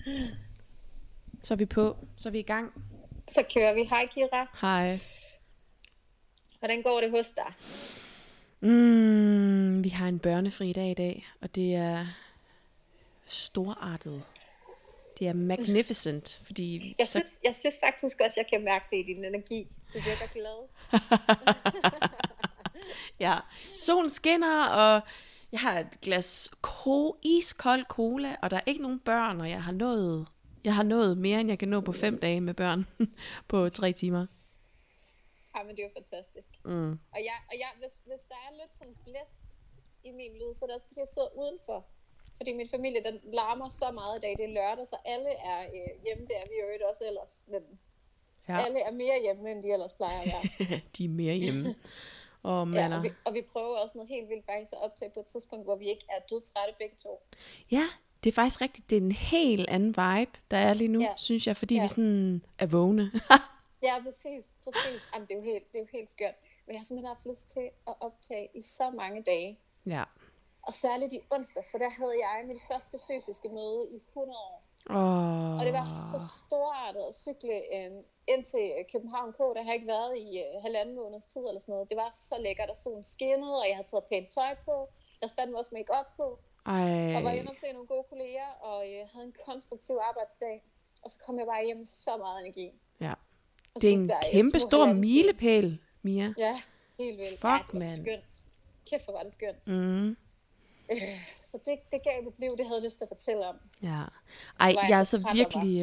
Så er vi på. Så er vi i gang. Så kører vi. Hej Kira. Hej. Hvordan går det hos dig? Vi har en børnefri dag i dag, og det er storartet. Det er magnificent, fordi... Jeg synes faktisk også, jeg kan mærke det i din energi. Du virker glad. Ja, solen skinner, og jeg har et glas iskold cola, og der er ikke nogen børn, og jeg har nået mere, end jeg kan nå på 5 dage med børn på 3 timer. Ja, men det er jo fantastisk. Hvis der er lidt sådan blæst i min lyd, så er det også fordi, jeg sidder udenfor. Fordi min familie, den larmer så meget i dag. Det er lørdag, så alle er hjemme. Det er vi jo også ellers. Men alle er mere hjemme, end de ellers plejer at være. De er mere hjemme. Og vi prøver også noget helt vildt faktisk at optage på et tidspunkt, hvor vi ikke er dødtrætte begge to. Ja, det er faktisk rigtigt. Det er en helt anden vibe, der er lige nu, synes jeg, fordi vi sådan er vågne. Ja, præcis. Jamen, det er jo helt skørt. Men jeg har simpelthen haft lyst til at optage i så mange dage. Ja. Og særligt i onsdags, for der havde jeg mit første fysiske møde i 100 år. Og det var så storartet at cykle ind til København K. Der har ikke været i 1,5 måneders tid eller sådan noget. Det var så lækkert, at solen skinnede, og jeg havde taget pænt tøj på. Jeg fandt også make-up på. Og var hjemme og se nogle gode kolleger, og havde en konstruktiv arbejdsdag. Og så kom jeg bare hjem med så meget energi. Ja. Det er en kæmpe stor milepæl, Mia. Ja, helt vildt. Fuck, det var skønt. Kæft, hvor var det skønt. Så det gav mit liv, det havde jeg lyst til at fortælle om. Ja. Ej, jeg er så virkelig...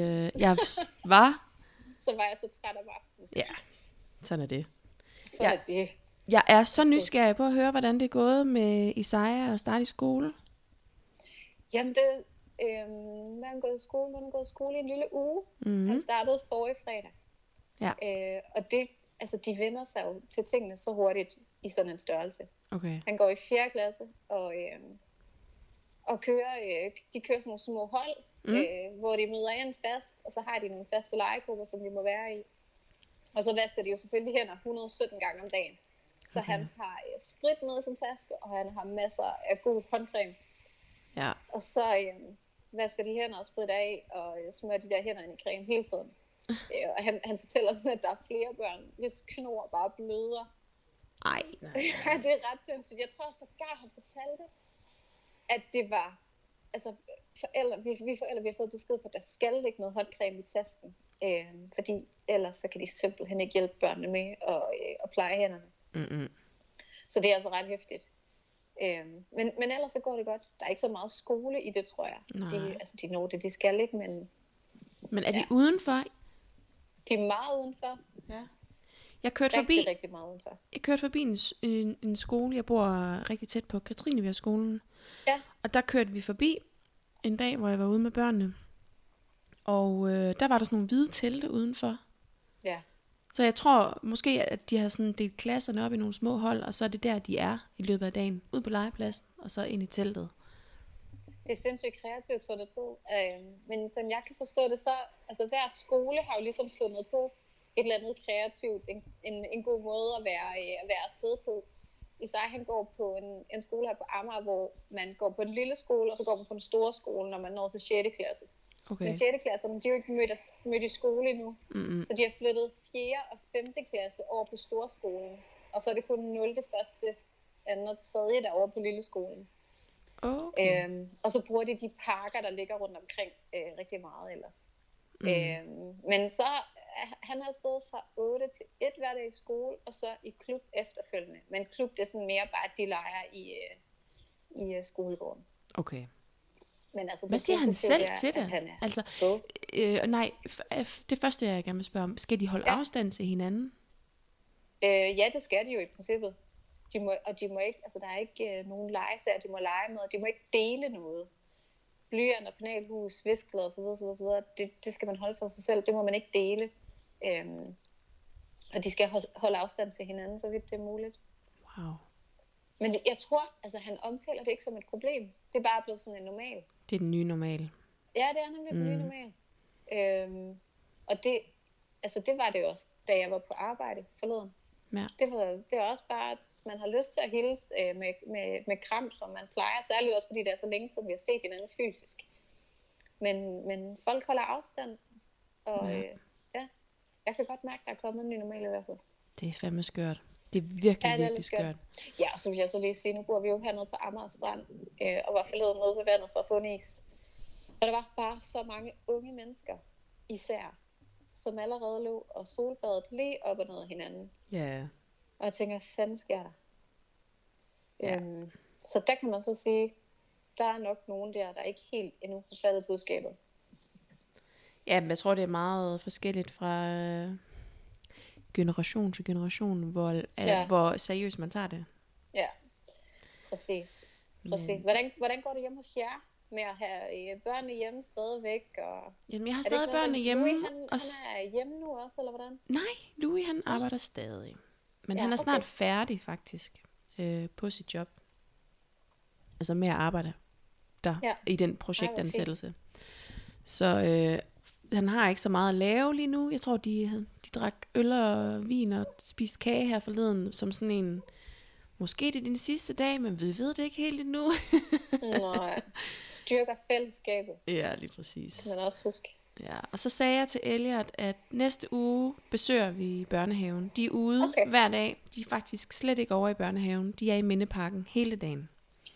Så var jeg så træt om aftenen. Ja, sådan er det. Sådan er det. Jeg er så nysgerrig på at høre, hvordan det er gået med Isaiah og starte i skole. Jamen, man har gået i skole i en lille uge. Han startede forrige fredag. Ja. Og de vender sig jo til tingene så hurtigt i sådan en størrelse. Okay. Han går i 4. klasse, og kører sådan nogle små hold, hvor de møder ind fast, og så har de nogle faste legegrupper, som de må være i. Og så vasker de jo selvfølgelig hænder 117 gange om dagen. Så han har sprit med i sin taske, og han har masser af god håndcreme. Ja. Og så vasker de hænder og spritter af, og smører de der hænder ind i creme hele tiden. Og han fortæller sådan, at der er flere børn, hvis knor bare bløder. Ej, nej. Ja, det er ret sindssygt. Jeg tror sågar, han fortalte, at det var, altså vi forældre, vi har fået besked på, at der skal ikke noget håndcreme i tasken. Fordi ellers så kan de simpelthen ikke hjælpe børnene med at pleje hænderne. Så det er altså ret hæftigt. Men ellers så går det godt. Der er ikke så meget skole i det, tror jeg. De når det, de skal ikke, men... Men er de udenfor? De er meget udenfor. Ja. Jeg kørte rigtig meget udenfor. Jeg kørte forbi en skole, jeg bor rigtig tæt på, Katrineværskolen. Ja. Og der kørte vi forbi en dag, hvor jeg var ude med børnene. Og der var der sådan nogle hvide telte udenfor. Ja. Så jeg tror måske, at de har sådan delt klasserne op i nogle små hold, og så er det der, de er i løbet af dagen. Ude på legepladsen, og så ind i teltet. Det er sindssygt kreativt fundet på. Men som jeg kan forstå det, så altså hver skole har jo ligesom fundet på et eller andet kreativt, en god måde at være afsted på. Især han går på en skole her på Amager, hvor man går på en lille skole, og så går man på en store skole, når man når til 6. klasse. Okay. Men 6. klasse, de er jo ikke mødt i skole endnu. Så de har flyttet 4. og 5. klasse over på storskolen. Og så er det kun 0., 1., 2. og 3. der over på lille skolen. Okay. Og så bruger de parker, der ligger rundt omkring rigtig meget ellers. Men så han er afsted fra 8 til 1 hver dag i skole, og så i klub efterfølgende. Men klub, det er sådan mere bare, at de leger i skolegården. Okay. Men altså, hvad siger han selv til det? Altså, nej, det første, jeg gerne vil spørge om, skal de holde afstand til hinanden? Ja, det skal de jo i princippet. De må ikke, altså der er ikke nogen legesager, de må lege med, de må ikke dele noget. Blyant og penalhus, viskeled osv. Det skal man holde for sig selv, det må man ikke dele. Og de skal holde afstand til hinanden, så vidt det er muligt. Wow. Men jeg tror, altså han omtaler det ikke som et problem. Det er bare blevet sådan en normal. Det er den nye normal. Ja, det er nemlig den nye normal. Og det var det jo også, da jeg var på arbejde forleden. Ja. Det er også bare, at man har lyst til at hilse med kram, som man plejer. Særligt også, fordi det er så længe siden, vi har set hinanden fysisk. Men folk holder afstand, og Ja. jeg kan godt mærke, at der er kommet en ny normal i hvert fald. Det er fandme skørt. Det er virkelig, Ja, det er virkelig lidt skørt. skørt. Ja, og så vil jeg så lige sige, nu bor vi jo hernede på Amager Strand, og var forleden nede ved vandet for at få en is. Og der var bare så mange unge mennesker, især, som allerede lå og solbadet lige op og ned af hinanden. Ja. Og jeg tænker, hvad fanden sker der? Ja. Så der kan man så sige, der er nok nogen der ikke helt endnu har fattet budskabet. Ja, men jeg tror, det er meget forskelligt fra generation til generation, hvor seriøst man tager det. Ja, præcis. Men- Hvordan går det hjemme hos jer med at have børnene hjemme stadigvæk? Og Jamen, jeg har er det stadig ikke noget, børnene men hjemme. Louis, han er hjemme nu også, eller hvordan? Nej, Louis han arbejder stadig. Men Ja, han er snart okay. færdig faktisk på sit job. Altså med at arbejde der Ja. i den Ej, projektansættelse. Så han har ikke så meget at lave lige nu. Jeg tror, de drak øl og vin og spiste kage her forleden som sådan en... Måske det er din sidste dag, men vi ved det ikke helt endnu. Nej, styrker fællesskabet, Ja, lige præcis. kan man også huske. Ja, og så sagde jeg til Elliot, at næste uge besøger vi børnehaven. De er ude hver dag. De er faktisk slet ikke over i børnehaven. De er i Mindeparken hele dagen.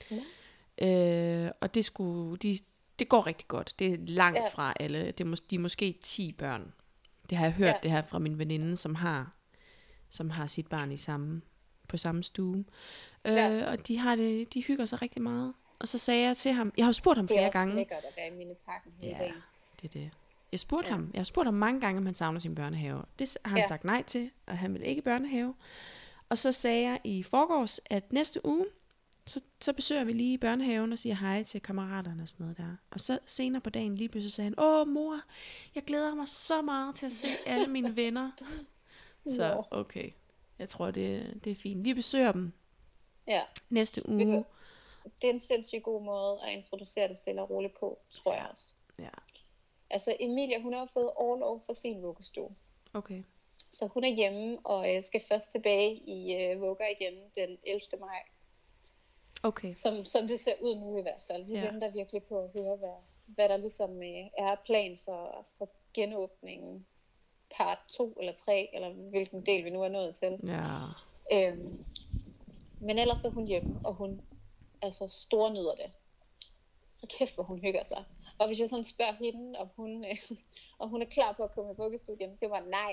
Og det går rigtig godt. Det er langt fra alle. De er måske 10 børn. Det har jeg hørt det her fra min veninde, som har sit barn på samme stue. Og de hygger sig rigtig meget. Og så sagde jeg til ham, jeg har jo spurgt ham flere gange. Det er også lækkert at være i Mindeparken hele dagen. Det er det. Jeg har spurgt ham mange gange, om han savner sin børnehave. Det har han sagt nej til, og han vil ikke i børnehave. Og så sagde jeg i forgårs, at næste uge, så besøger vi lige børnehaven og siger hej til kammeraterne og sådan noget der. Og så senere på dagen lige pludselig sagde han, mor, jeg glæder mig så meget til at se alle mine venner. Så okay, jeg tror det er fint. Vi besøger dem næste uge. Det er en sindssygt god måde at introducere det stille og roligt på, tror jeg også. Ja. Altså Emilia, hun har fået orlov for sin vuggestue. Okay. Så hun er hjemme og skal først tilbage i vugger igen den 11. maj. Okay. Som det ser ud nu i hvert fald. Vi venter virkelig på at høre, hvad der ligesom er plan for genåbningen. Part 2 eller 3, eller hvilken del vi nu er nået til. Ja. Men ellers er hun hjemme, og hun altså stornyder det. Og kæft, hvor hun hygger sig. Og hvis jeg sådan spørger hende, om hun er klar på at komme i vuggestudien, så siger hun bare nej.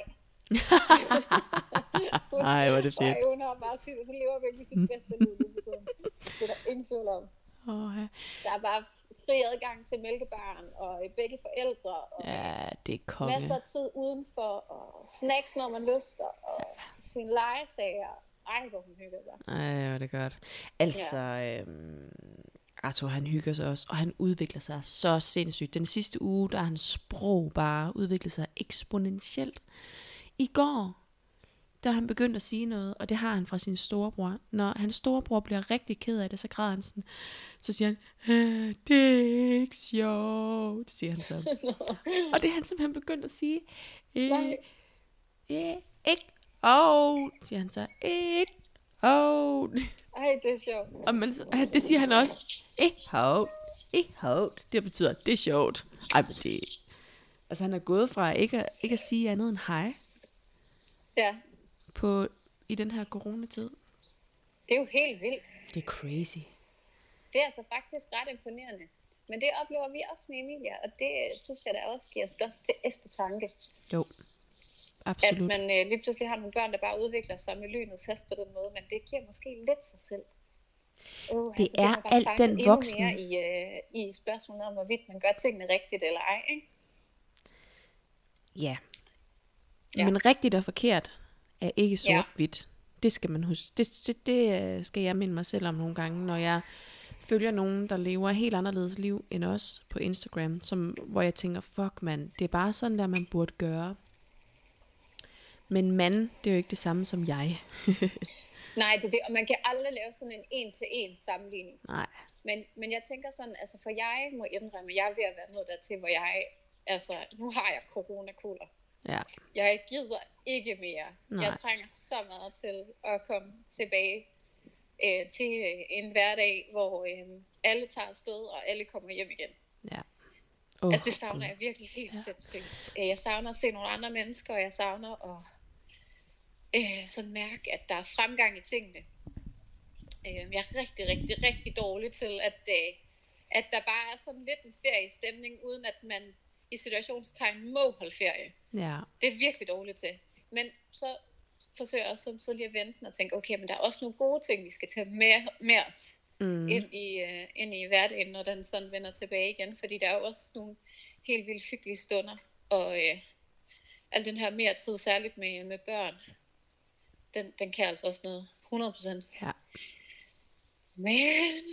Ej, hvor er det fedt. Ej, hun har bare sagt, hun lever virkelig sit bedste liv lige for tiden. Det er der ingen tvivl om. Der er bare fri adgang til mælkebarn og begge forældre. Og ja, det er konge. masser af tid udenfor, og snacks, når man lyster, og sine legesager. Ej, hvor hun hygger sig. Ej, hvor er det godt. Altså, Arthur, han hygger sig også, og han udvikler sig så sindssygt. Den sidste uge, der har hans sprog bare udviklet sig eksponentielt. I går, der han begyndt at sige noget, og det har han fra sin storebror. Når hans storebror bliver rigtig ked af det, så græder han sådan. Så siger han, det er ikke sjovt, siger han så. Og det er han simpelthen begyndt at sige. Ikke, siger han så. Ikke, Ej, det er sjovt. og det siger han også. Det betyder, det er sjovt. Ej, men det... Altså, han er gået fra ikke at sige andet end hej. Ja. I den her coronatid. Det er jo helt vildt. Det er crazy. Det er altså faktisk ret imponerende. Men det oplever vi også med Emilia, og det synes jeg, der også giver stof til eftertanke. Jo, absolut. At man lige pludselig har nogle børn, der bare udvikler sig med lynets hast på den måde, men det giver måske lidt sig selv. Det er alt den voksen. Endnu mere i spørgsmålet om, hvorvidt man gør tingene rigtigt eller ej, ikke? Ja. Men rigtigt og forkert er ikke sort-hvidt. Det skal man huske. Det skal jeg minde mig selv om nogle gange, når jeg følger nogen, der lever et helt anderledes liv end os på Instagram, hvor jeg tænker, fuck mand, det er bare sådan der, man burde gøre. Men mand, det er jo ikke det samme som jeg. Nej, det er det, og man kan aldrig lave sådan en en-til-en sammenligning. Nej. Men jeg tænker sådan, altså for jeg må indrømme, at jeg er ved at være nået dertil, hvor nu har jeg coronakuller. Ja. Jeg gider ikke mere. Nej. Jeg trænger så meget til at komme tilbage til en hverdag, hvor alle tager afsted, og alle kommer hjem igen. Ja. Altså det savner jeg virkelig helt sindssygt. Jeg savner at se nogle andre mennesker, og jeg savner at sådan mærke, at der er fremgang i tingene. Jeg er rigtig, rigtig, rigtig dårlig til, at der bare er sådan lidt en feriestemning, uden at man i situationstegn må holde ferie. Ja. Det er virkelig dårligt til. Men så forsøger jeg også så lige at vente og tænke, okay, men der er også nogle gode ting, vi skal tage med os ind i hverdagen, når den sådan vender tilbage igen. Fordi der er jo også nogle helt vildt hyggelige stunder, og al den her mere tid, særligt med børn, den kan altså også noget 100%. Ja. Men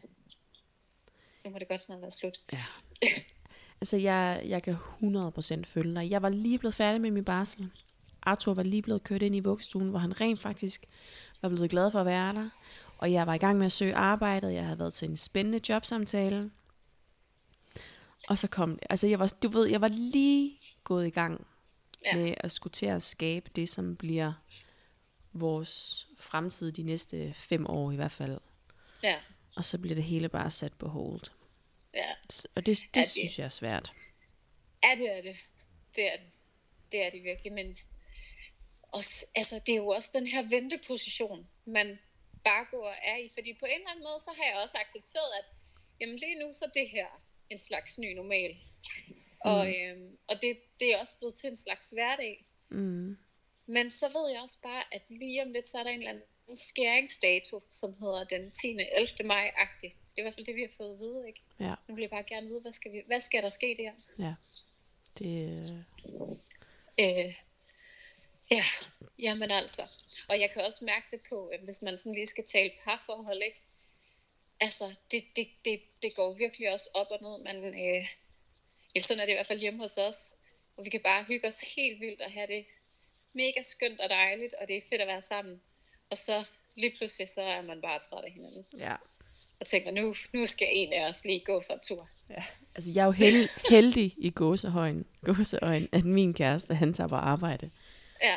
nu må det godt snart være slut. Ja. Altså jeg kan 100% følge dig. Jeg var lige blevet færdig med min barsel. Arthur var lige blevet kørt ind i vuggestuen, hvor han rent faktisk var blevet glad for at være der. Og jeg var i gang med at søge arbejdet. Jeg havde været til en spændende jobsamtale. Og så kom det. Altså jeg var lige gået i gang med at skulle til at skabe det, som bliver vores fremtid de næste 5 år i hvert fald. Ja. Og så bliver det hele bare sat på hold. Ja. Og det synes jeg er svært. Ja, det er det. Det er det virkelig. Men også, altså, det er jo også den her venteposition, man bare går er i. Fordi på en eller anden måde, så har jeg også accepteret, at jamen, lige nu så er det her en slags ny normal. Og det er også blevet til en slags hverdag. Men så ved jeg også bare, at lige om lidt, så er der en eller anden skæringsdato, som hedder den 10. 11. maj-agtig. Det er i hvert fald det, vi har fået at vide, ikke? Ja. Nu vil jeg bare gerne vide, hvad skal der ske der? Ja. Det... Ja, jamen altså. Og jeg kan også mærke det på, hvis man sådan lige skal tale parforhold, ikke? Altså, det går virkelig også op og ned. Men sådan er det i hvert fald hjemme hos os. Og vi kan bare hygge os helt vildt og have det mega skønt og dejligt, og det er fedt at være sammen. Og så lige pludselig, så er man bare træt af hinanden. Ja. Og tænker, nu skal en af os lige gå sig en tur. Ja. Altså, jeg er jo heldig i gåseøjne, at min kæreste, han tager på arbejde. Ja.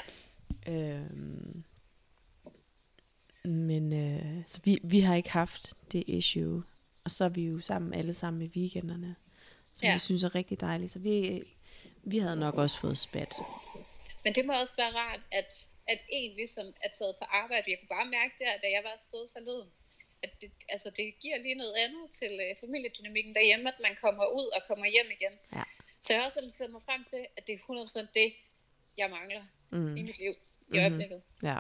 Men så vi har ikke haft det issue. Og så er vi jo alle sammen i weekenderne. Som vi synes er rigtig dejligt. Så vi havde nok også fået spat. Men det må også være rart, at en ligesom er taget på arbejde. Jeg kunne bare mærke der, da jeg var afsted forleden, at det giver lige noget andet til familiedynamikken derhjemme, at man kommer ud og kommer hjem igen. Ja. Så jeg har også sat mig frem til, at det er 100% det, jeg mangler i mit liv i øjeblikket. Ja.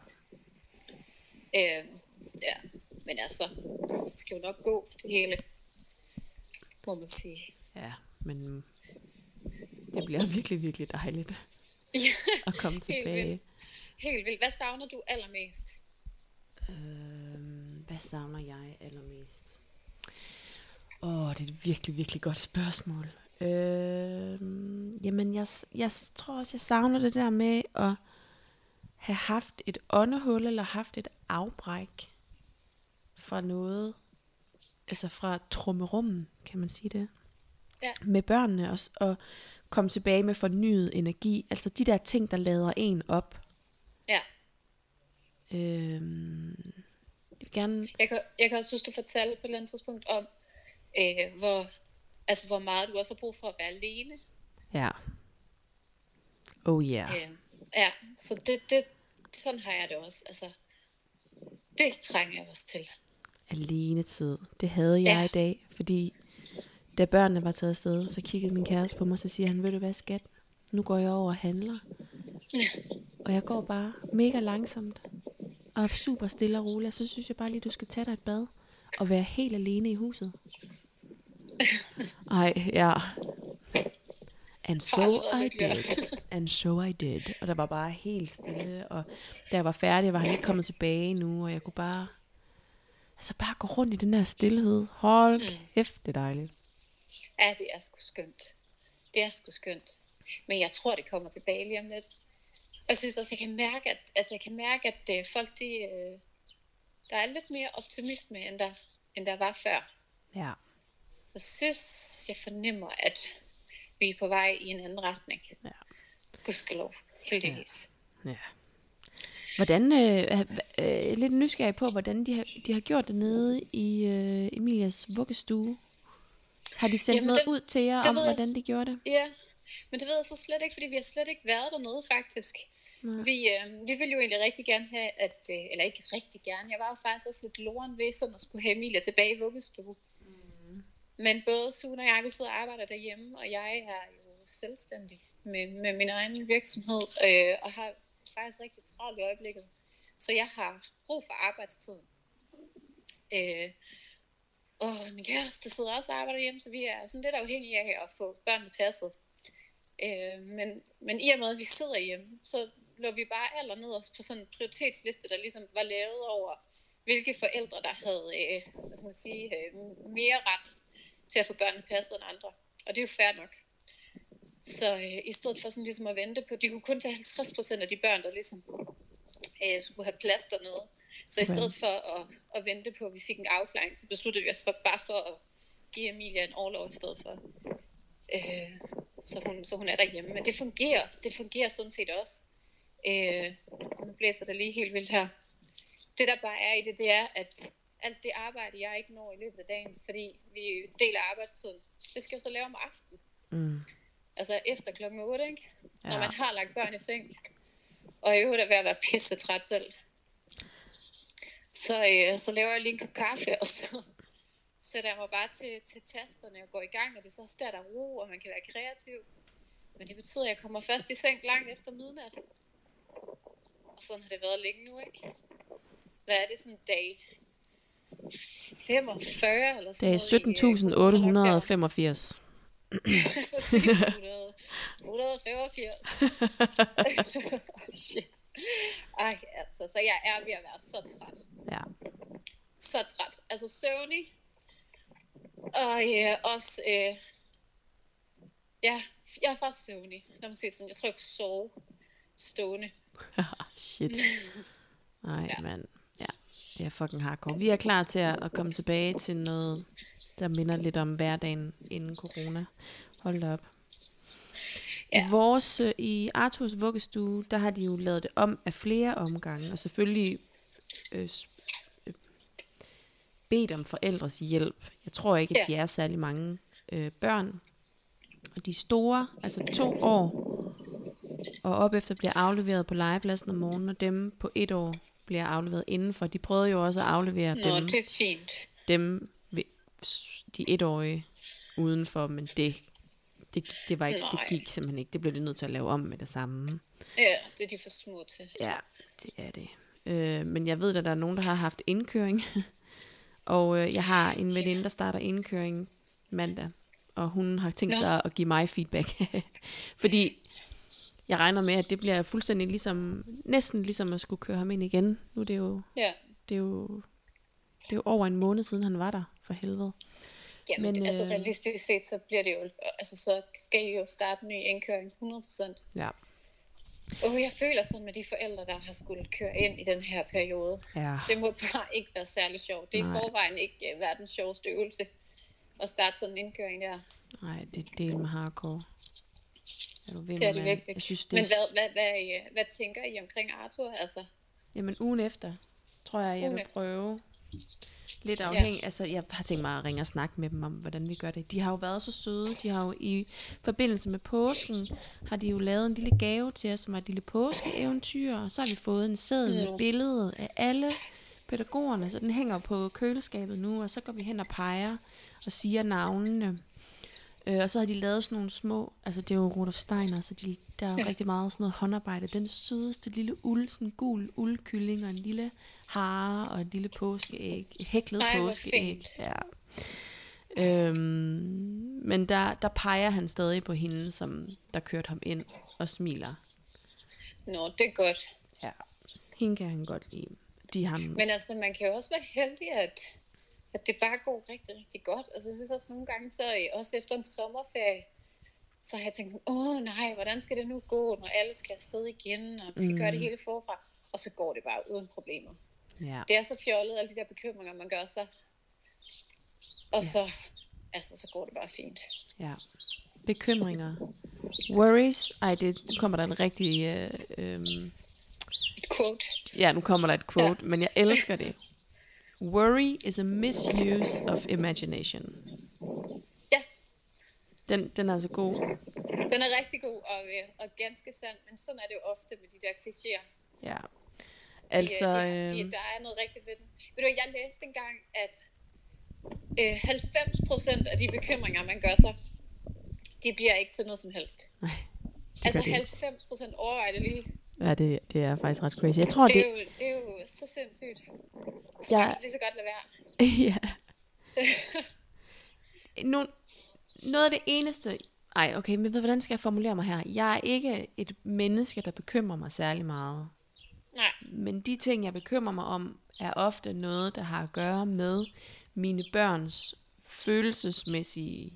Ja, men altså, det skal jo nok gå det hele, må man sige. Ja, men det bliver virkelig, virkelig dejligt at komme tilbage. Helt vildt. Hvad savner du allermest? Hvad savner jeg allermest? Det er et virkelig, virkelig godt spørgsmål. Jamen, jeg tror også, jeg savner det der med at have haft et åndehul, eller haft et afbræk fra noget, altså fra trummerummen, kan man sige det, med børnene også, og komme tilbage med fornyet energi, altså de der ting, der lader en op. Ja. Jeg vil gerne... Jeg kan også huske, du fortalte på et eller andet tidspunkt om, hvor meget du også har brug for at være alene. Ja. Oh yeah. Ja, så det sådan har jeg det også. Altså, det trænger jeg også til. Alenetid. Det havde jeg i dag, fordi da børnene var taget afsted, så kiggede min kæreste på mig, og så siger han, ved du hvad, skat? Nu går jeg over og handler. Og jeg går bare mega langsomt og super stille og roligt. Og så synes jeg bare lige, du skal tage dig et bad og være helt alene i huset. Ej, ja. And so I did. Og der var bare helt stille. Og da jeg var færdig, var han ikke kommet tilbage nu. Og jeg kunne bare gå rundt i den der stillhed. Hold kæft, det er dejligt. Ja, det er sgu skønt. Det er sgu skønt. Men jeg tror, det kommer tilbage lige om lidt. Jeg synes også, jeg kan mærke, at folk, der er lidt mere optimisme, end der var før. Ja. Jeg synes, jeg fornemmer, at vi er på vej i en anden retning. Ja. Gudskelov, heldigvis. Ja. Hvordan, lidt nysgerrig på, hvordan de har gjort det nede i Emilias vuggestue. Har de sendt Jamen, noget ud til jer om, ved jeg hvordan de gjorde det? Ja, men det ved jeg så slet ikke, fordi vi har slet ikke været dernede, faktisk. Vi ville jo egentlig rigtig gerne have, eller ikke rigtig gerne, jeg var jo faktisk også lidt loren ved sådan at skulle have Emilia tilbage i vuggestue. Men både Sune og jeg, vi sidder og arbejder derhjemme, og jeg er jo selvstændig med min egen virksomhed, og har faktisk rigtig travlt i øjeblikket. Så jeg har brug for arbejdstiden. Og min kæreste sidder også og arbejder hjemme, så vi er sådan lidt afhængige af at få børnene passet. Men i og med, at vi sidder hjemme, så lå vi bare aller nederst på sådan en prioritetsliste, der ligesom var lavet over, hvilke forældre, der havde mere ret til at få børnene passet end andre. Og det er jo fair nok. Så i stedet for sådan ligesom at vente på, de kunne kun tage 50% af de børn, der ligesom skulle have plads dernede. Så i stedet for at vente på, at vi fik en afklaring, så besluttede vi os bare for at give Emilia en orlov i stedet for. Så hun er derhjemme. Men det fungerer sådan set også. Nu blæser det lige helt vildt her. Det der bare er i det, det er, at alt det arbejde, jeg ikke når i løbet af dagen, fordi vi deler arbejdstiden, det skal jo så lave om aftenen. Altså efter klokken 8, ikke? Ja. Når man har lagt børn i seng, og i øvrigt er ved at være pisse træt selv. Så laver jeg lige en kop kaffe, og så sætter jeg mig bare til tasterne og går i gang, og det er så også der er ro, og man kan være kreativ. Men det betyder, at jeg kommer først i seng langt efter midnat. Og sådan har det været længe nu, ikke? Hvad er det, sådan dag 45 eller sådan noget? Dag 17.885. Præcis, 185. Shit. Ej, altså, så jeg er ved at være så træt. Ja. Så træt. Altså søvnig. Og også, jeg er faktisk søvnig. Når man siger sådan, jeg tror, jeg kunne sove stående. Shit. Ej, mand. Ja, det er fucking hardcore. Vi er klar til at komme tilbage til noget, der minder lidt om hverdagen inden corona. Hold da op. Ja. I Arthurs vuggestue, der har de jo lavet det om af flere omgange, og selvfølgelig bedt om forældres hjælp. Jeg tror ikke, at de er særlig mange børn. Og de store, altså 2 år, og op efter bliver afleveret på legepladsen om morgenen, og dem på 1 år bliver afleveret indenfor. De prøvede jo også at aflevere det er fint. Dem de 1-årige udenfor, men det var ikke, det gik simpelthen ikke. Det blev det nødt til at lave om med det samme. Ja, det er de for små til. Ja, det er det. Men jeg ved, at der er nogen, der har haft indkøring. Og jeg har en veninde, der starter indkøring mandag. Og hun har tænkt sig at give mig feedback. Fordi jeg regner med, at det bliver fuldstændig næsten ligesom at skulle køre ham ind igen. Nu er det jo, det er jo over en måned siden, han var der, for helvede. Jamen, men, altså realistisk set, så bliver det jo, altså så skal I jo starte en ny indkøring 100%. Ja. Og jeg føler sådan med de forældre, der har skulle køre ind i den her periode. Ja. Det må bare ikke være særlig sjovt. Det er i forvejen ikke verdens sjoveste øvelse at starte sådan en indkøring der. Nej, det er del med hardcore. Det er det virkelig. Jeg synes, men hvad tænker I omkring Arthur? Altså? Jamen ugen efter, tror jeg vil prøve. Lidt afhængig, altså jeg har tænkt mig at ringe og snakke med dem om, hvordan vi gør det. De har jo været så søde, de har jo i forbindelse med påsken, har de jo lavet en lille gave til os, som er et lille påskeeventyr, og så har vi fået en seddel med billede af alle pædagogerne, så den hænger på køleskabet nu, og så går vi hen og peger og siger navnene. Og så har de lavet sådan nogle små, altså det er jo Rudolf Steiner, så der er jo rigtig meget sådan noget håndarbejde. Den sødeste lille sådan gul uldkylling og en lille hare og et lille påskeæg, hæklet påskeæg. Ja. Men der peger han stadig på hende, som der kørte ham ind og smiler. Nå, det er godt. Ja, hende kan han godt lide. Men altså, man kan jo også være heldig, at det bare går rigtig, rigtig godt. Altså jeg synes også nogle gange, så også efter en sommerferie, så har jeg tænkt sådan, nej, hvordan skal det nu gå, når alle skal afsted igen, og vi skal gøre det hele forfra. Og så går det bare uden problemer. Ja. Det er så fjollet, alle de der bekymringer, man gør sig. Og så går det bare fint. Ja. Bekymringer. Worries. Nu kommer der en rigtig... et quote. Ja, nu kommer der et quote, men jeg elsker det. Worry is a misuse of imagination. Ja, Den er altså god. Den er rigtig god og ganske sand, men sådan er det jo ofte med de der klichéer. Ja. Altså, der er noget rigtigt ved den. Ved du, jeg læste engang, at 90% af de bekymringer, man gør sig, de bliver ikke til noget som helst. Nej, altså 90% overvej det lige. Ja, det er faktisk ret crazy. Jeg tror, det er jo så sindssygt. Så kan man lige så godt lade være. Ja. Noget af det eneste... Ej, okay, men hvordan skal jeg formulere mig her? Jeg er ikke et menneske, der bekymrer mig særlig meget. Nej. Men de ting, jeg bekymrer mig om, er ofte noget, der har at gøre med mine børns følelsesmæssige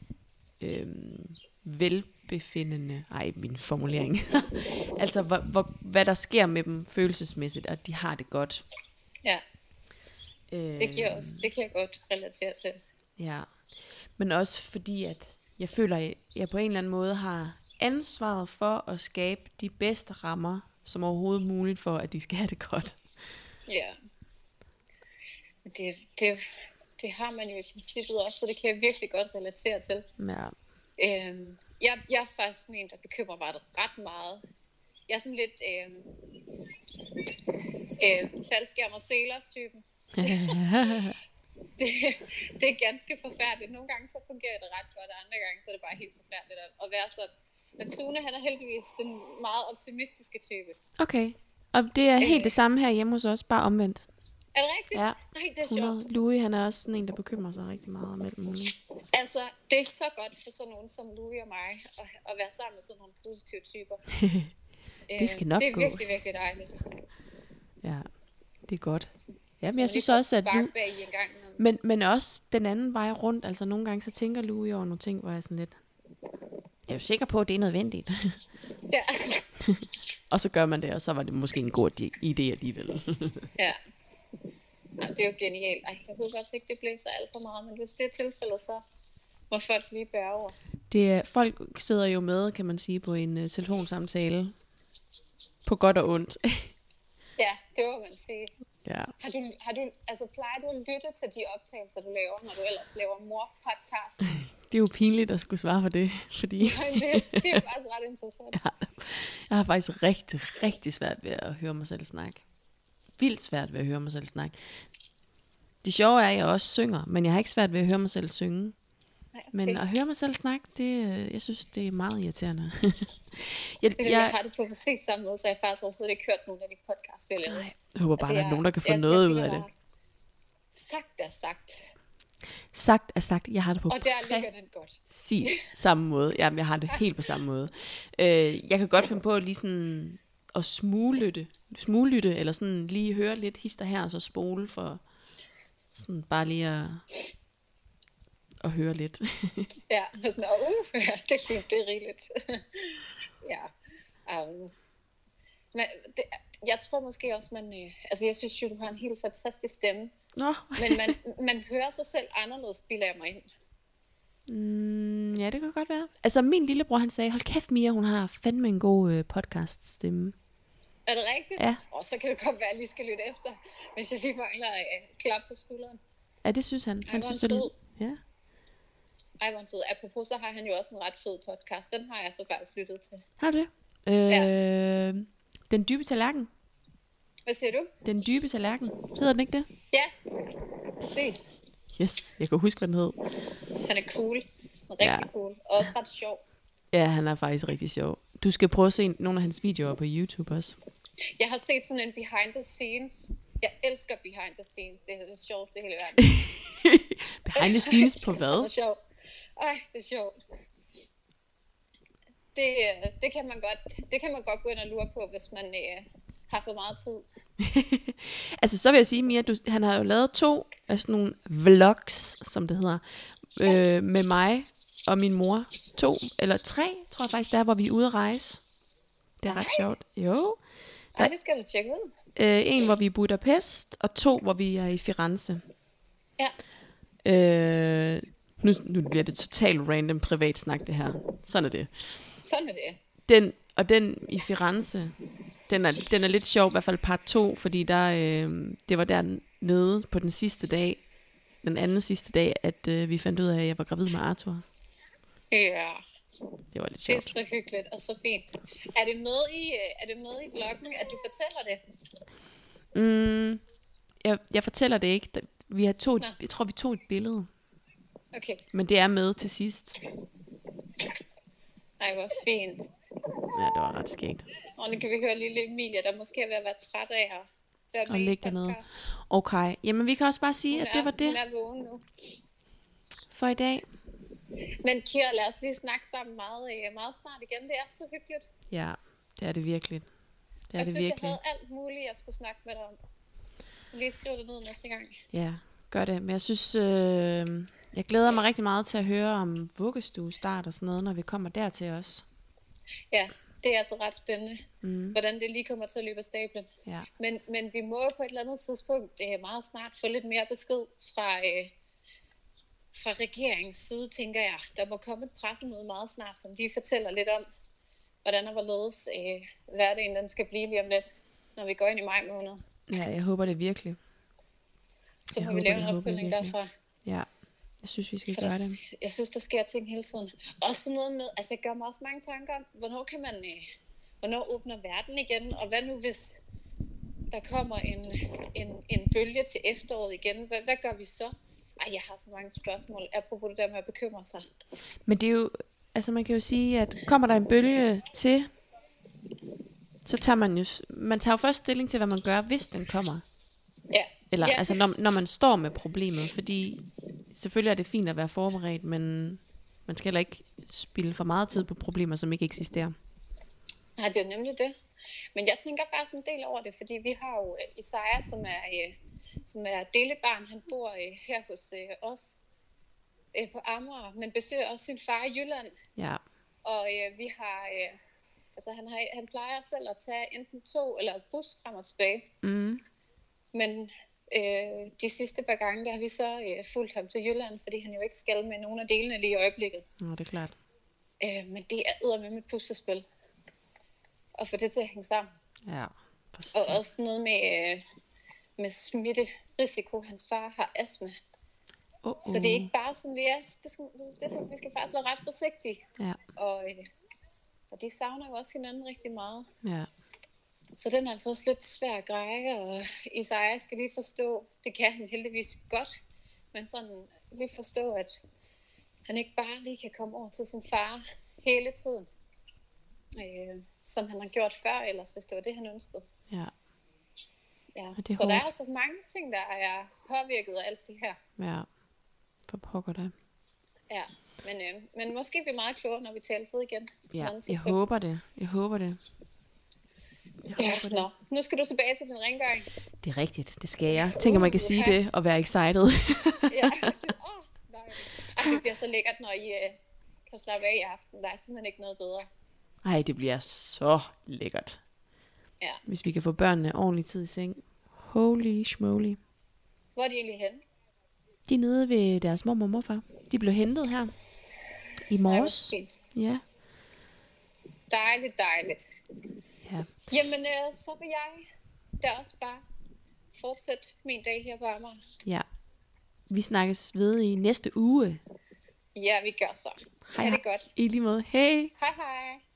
velbefindende. Ej, min formulering. Altså, hvad der sker med dem følelsesmæssigt, at de har det godt. Ja. Det kan jeg godt relatere til. Ja. Men også fordi, at jeg føler, at jeg på en eller anden måde har ansvaret for at skabe de bedste rammer, som overhovedet muligt for, at de skal have det godt. Ja. Det har man jo i princippet også, så det kan jeg virkelig godt relatere til. Ja. Jeg er faktisk sådan en, der bekymrer mig ret meget. Jeg er sådan lidt faldskærm og seler-typen. Det er ganske forfærdeligt. Nogle gange så fungerer det ret godt, og andre gange så er det bare helt forfærdeligt at være sådan. Men Sune, han er heldigvis den meget optimistiske type. Okay, og det er helt det samme her hjemme hos os, bare omvendt. Er det rigtigt? Ja. Nej, det er sjovt. Louis, han er også sådan en, der bekymrer sig rigtig meget om alt muligt. Altså, det er så godt for sådan nogen som Louis og mig, at være sammen med sådan nogle positive typer. Det skal nok gå. Det er virkelig, virkelig dejligt. Ja, det er godt. Ja, men jeg synes også, at men også den anden vej rundt, altså nogle gange så tænker Louis over nogle ting, hvor jeg sådan lidt, jeg er jo sikker på, at det er nødvendigt. Ja. Og så gør man det, og så var det måske en god idé alligevel. Ja. Nå, det er jo genialt. Jeg håber faktisk ikke, det blæser alt for meget, men hvis det er tilfældet, så må folk lige bære over. Folk sidder jo med, kan man sige, på en telefonsamtale. På godt og ondt. Ja, det må man sige. Ja. Plejer du at lytte til de optagelser, du laver, når du ellers laver mor-podcasts? Det er jo pinligt at skulle svare på det, fordi... det er faktisk ret interessant. Ja, jeg har faktisk rigtig, rigtig svært ved at høre mig selv snakke. Vildt svært ved at høre mig selv snakke. Det sjove er, at jeg også synger, men jeg har ikke svært ved at høre mig selv synge. Nej, okay. Men at høre mig selv snakke, jeg synes, det er meget irriterende. jeg har det på præcis samme måde, så jeg faktisk overhovedet ikke hørt nogen af de podcasts, vi har lavet. Nej, jeg håber bare, at der er nogen, der kan få noget ud af det. Sagt er sagt. Sagt er sagt. Jeg har det på og der ligger den godt. Præcis samme måde. Jamen, jeg har det helt på samme måde. Jeg kan godt finde på lige sådan at smuglytte, eller sådan lige høre lidt hister her, og så spole for sådan bare lige at høre lidt. Ja, sådan, det er fint, det er rigeligt. Ja. Men jeg tror måske også, jeg synes jo, du har en helt fantastisk stemme. Nå. Men man hører sig selv anderledes, bilder jeg mig ind. Ja, det kan godt være. Altså, min lillebror, han sagde, hold kæft, Mia, hun har fandme en god podcast-stemme. Er det rigtigt? Ja. Og så kan det godt være, at jeg lige skal lytte efter, hvis jeg lige mangler klap på skulderen. Ja, det synes han. Han synes, det ja. Ej, hvor en sød. Apropos, så har han jo også en ret fed podcast. Den har jeg så faktisk lyttet til. Har du det? Ja. Den dybe tallerken. Hvad siger du? Den dybe tallerken. Hedder den ikke det? Ja, præcis. Yes, jeg kan huske, hvad den hed. Han er cool. Rigtig cool. Og også ret sjov. Ja, han er faktisk rigtig sjov. Du skal prøve at se nogle af hans videoer på YouTube også. Jeg har set sådan en behind the scenes. Jeg elsker behind the scenes. Det er det sjoveste i hele verden. Behind the scenes på hvad? Det er sjovt. Ej, det er sjovt. Det kan man godt gå ind og lure på, hvis man har for meget tid. Altså, så vil jeg sige, Mia, han har jo lavet 2 af sådan nogle vlogs, som det hedder, med mig og min mor. 2 eller 3, tror jeg faktisk, der hvor vi er ude at rejse. Det er ret sjovt. Jo. Ej, det skal du tjekke ud. En, hvor vi er i Budapest, og 2, hvor vi er i Firenze. Ja. Nu bliver det totalt random privat snak, det her. Sådan er det. Sådan er det. Den i Firenze, den er lidt sjov, i hvert fald part 2, fordi det var dernede på den anden sidste dag, at vi fandt ud af, at jeg var gravid med Arthur. Ja, Det var lidt det er sjovt. så hyggeligt og så fint. Er det med i vloggen, at du fortæller det? Jeg fortæller det ikke. Nå, Jeg tror, vi tog et billede. okay. Men det er med til sidst. Ej, hvor fint. Ja, det var ret skægt. Og nu kan vi høre lille Emilia, der måske er ved at være træt af at være Og med i ligge dernede. podcast. Okay, jamen vi kan også bare sige, at det var Hun det er vågen nu. for i dag. Men Kira, lad os lige snakke sammen meget snart igen. Det er så hyggeligt. Ja, det er det virkelig. Det er Jeg det synes, virkelig. jeg havde alt muligt, jeg skulle snakke med dig om. Lige skriv det ned næste gang. Ja, gør det. Men jeg synes, jeg glæder mig rigtig meget til at høre om vuggestuestart og sådan noget, når vi kommer dertil også. Ja, det er altså ret spændende, hvordan det lige kommer til at løbe af stablen. Ja. Men vi må jo på et eller andet tidspunkt meget snart få lidt mere besked fra regeringens side, tænker jeg. Der må komme et pressemøde meget snart, som lige fortæller lidt om, hvordan og hvorledes hverdagen den skal blive lige om lidt, når vi går ind i maj måned. Ja, jeg håber det virkelig. Så må vi lave en opfølgning derfra. Ja, jeg synes, vi skal For gøre det. jeg synes, der sker ting hele tiden. Også sådan noget med, altså jeg gør mig også mange tanker om, hvornår åbner verden igen, og hvad nu hvis der kommer en bølge til efteråret igen, hvad gør vi så? Ej, jeg har så mange spørgsmål, apropos det der med at bekymre sig. Men det er jo, altså man kan jo sige, at kommer der en bølge til, så tager man tager jo først stilling til, hvad man gør, hvis den kommer. Ja. Eller Ja. altså når man står med problemet, fordi selvfølgelig er det fint at være forberedt, men man skal heller ikke spilde for meget tid på problemer, som ikke eksisterer. Nej, det er nemlig det. Men jeg tænker bare sådan en del over det, fordi vi har jo Isaiah, som er delebarn. Han bor her hos os på Amager, men besøger også sin far i Jylland. Ja, Og vi har, altså han plejer selv at tage enten tog eller bus frem og tilbage. Men de sidste par gange, der har vi så fulgt ham til Jylland, fordi han jo ikke skal med nogen af delene lige i øjeblikket. det er klart. Men det er eddermame et puslespil at få det til at hænge sammen. Ja. Og også noget med smitterisiko. Hans far har astma. Så det er ikke bare sådan, vi skal faktisk være ret forsigtige. Ja. Og de savner jo også hinanden rigtig meget. Ja. Så den er altså også lidt svær at greje, og Isaiah skal lige forstå, det kan han heldigvis godt, men sådan lige forstå, at han ikke bare lige kan komme over til sin far hele tiden, som han har gjort før ellers, hvis det var det, han ønskede. Ja. Ja. det er Så der er hårdt. altså mange ting, der er påvirket af alt det her. Ja. For pokker det. Ja. Men måske er vi meget klogere, når vi taler ud igen. Ja, jeg håber det. Nå, nu skal du tilbage til din rengøring. Det er rigtigt, det skal jeg. Tænker man kan sige det og være excited. Ja, nej. Det bliver så lækkert, når I kan slappe af i aften. Der er simpelthen ikke noget bedre. Ej, det bliver så lækkert. Ja. Hvis vi kan få børnene ordentlig tid i seng. Holy schmoly. Hvor er de egentlig henne? De er nede ved deres mormor og morfar. De blev hentet her i morges. Fint. Ja. Dejligt. Ja. Jamen, så vil jeg da også bare fortsætte min dag her på Amager. Ja. Vi snakkes ved i næste uge. Ja, vi gør så. Ha' det godt. I lige måde. Hej. Hej hej.